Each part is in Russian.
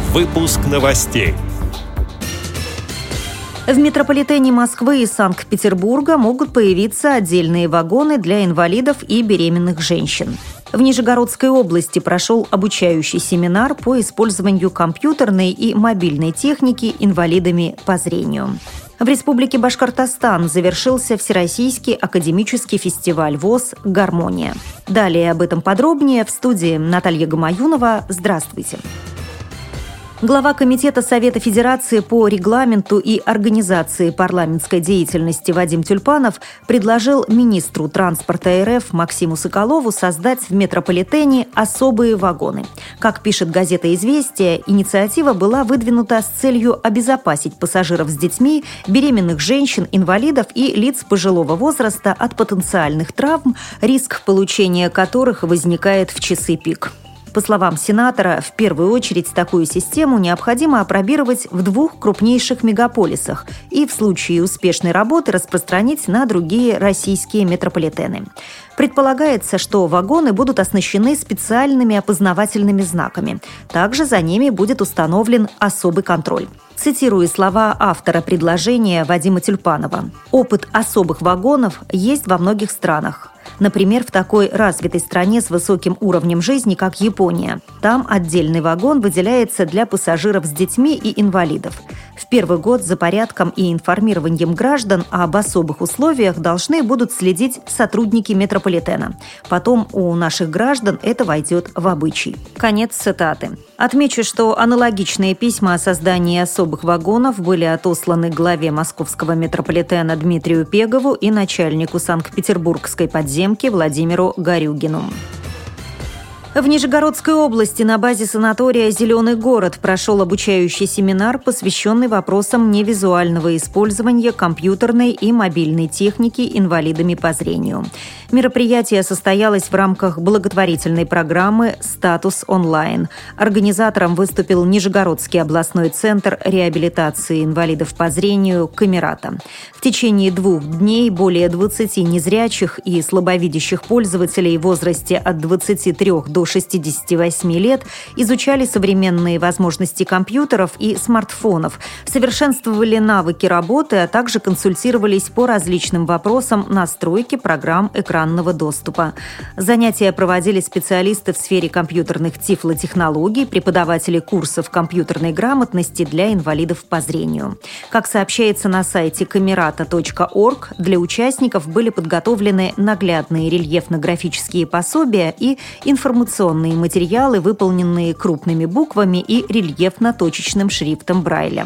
Выпуск новостей. В метрополитене Москвы и Санкт-Петербурга могут появиться отдельные вагоны для инвалидов и беременных женщин. В Нижегородской области прошел обучающий семинар по использованию компьютерной и мобильной техники инвалидами по зрению. В Республике Башкортостан завершился Всероссийский академический фестиваль ВОС «Гармония». Далее об этом подробнее в студии Наталья Гамаюнова. Здравствуйте. Глава Комитета Совета Федерации по регламенту и организации парламентской деятельности Вадим Тюльпанов предложил министру транспорта РФ Максиму Соколову создать в метрополитене особые вагоны. Как пишет газета «Известия», инициатива была выдвинута с целью обезопасить пассажиров с детьми, беременных женщин, инвалидов и лиц пожилого возраста от потенциальных травм, риск получения которых возникает в часы пик. По словам сенатора, в первую очередь такую систему необходимо опробировать в 2 крупнейших мегаполисах и в случае успешной работы распространить на другие российские метрополитены. Предполагается, что вагоны будут оснащены специальными опознавательными знаками. Также за ними будет установлен особый контроль. Цитирую слова автора предложения Вадима Тюльпанова. «Опыт особых вагонов есть во многих странах. Например, в такой развитой стране с высоким уровнем жизни, как Япония. Там отдельный вагон выделяется для пассажиров с детьми и инвалидов. В первый год за порядком и информированием граждан об особых условиях должны будут следить сотрудники метрополитена. Потом у наших граждан это войдет в обычай». Конец цитаты. Отмечу, что аналогичные письма о создании особых вагонов были отосланы главе московского метрополитена Дмитрию Пегову и начальнику Санкт-Петербургской подземки Владимиру Горюгину. В Нижегородской области на базе санатория «Зеленый город» прошел обучающий семинар, посвященный вопросам невизуального использования компьютерной и мобильной техники инвалидами по зрению. Мероприятие состоялось в рамках благотворительной программы «Статус онлайн». Организатором выступил Нижегородский областной центр реабилитации инвалидов по зрению «Камерата». В течение 2 дней более 20 незрячих и слабовидящих пользователей в возрасте от 23 до 68 лет изучали современные возможности компьютеров и смартфонов, совершенствовали навыки работы, а также консультировались по различным вопросам настройки программ экранного доступа. Занятия проводили специалисты в сфере компьютерных тифлотехнологий, преподаватели курсов компьютерной грамотности для инвалидов по зрению. Как сообщается на сайте camerata.org, для участников были подготовлены наглядные рельефно-графические пособия и информационные материалы, выполненные крупными буквами и рельефно-точечным шрифтом Брайля.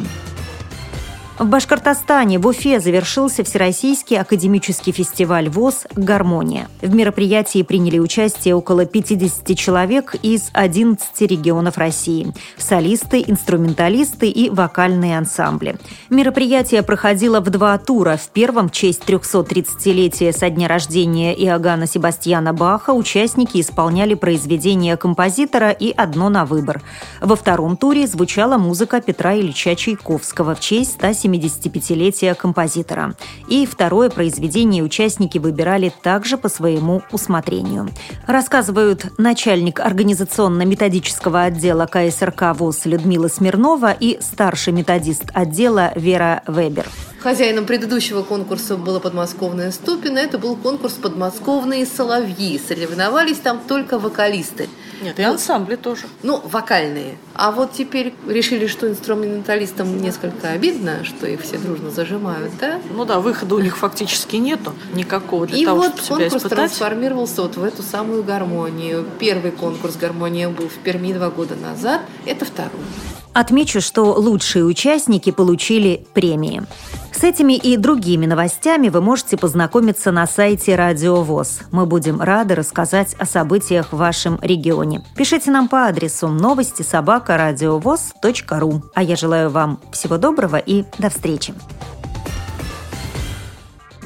В Башкортостане, в Уфе, завершился Всероссийский академический фестиваль ВОС «Гармония». В мероприятии приняли участие около 50 человек из 11 регионов России – солисты, инструменталисты и вокальные ансамбли. Мероприятие проходило в 2 тура. В первом, в честь 330-летия со дня рождения Иоганна Себастьяна Баха, участники исполняли произведения композитора и одно на выбор. Во втором туре звучала музыка Петра Ильича Чайковского в честь 175-летия композитора. И второе произведение участники выбирали также по своему усмотрению. Рассказывают начальник организационно-методического отдела КСРК ВОС Людмила Смирнова и старший методист отдела Вера Вебер. Хозяином предыдущего конкурса была подмосковная Ступино. Это был конкурс «Подмосковные соловьи». Соревновались там только вокалисты. Нет, и ансамбли тоже. Вокальные. А вот теперь решили, что инструменталистам несколько обидно, что их все дружно зажимают, да? Выхода у них фактически нету никакого для того, чтобы себя испытать. И вот конкурс трансформировался в эту самую гармонию. Первый конкурс «Гармония» был в Перми 2 года назад. Это второй. Отмечу, что лучшие участники получили премии. С этими и другими новостями вы можете познакомиться на сайте Радио ВОС. Мы будем рады рассказать о событиях в вашем регионе. Пишите нам по адресу новости@радиовос.ру. А я желаю вам всего доброго и до встречи.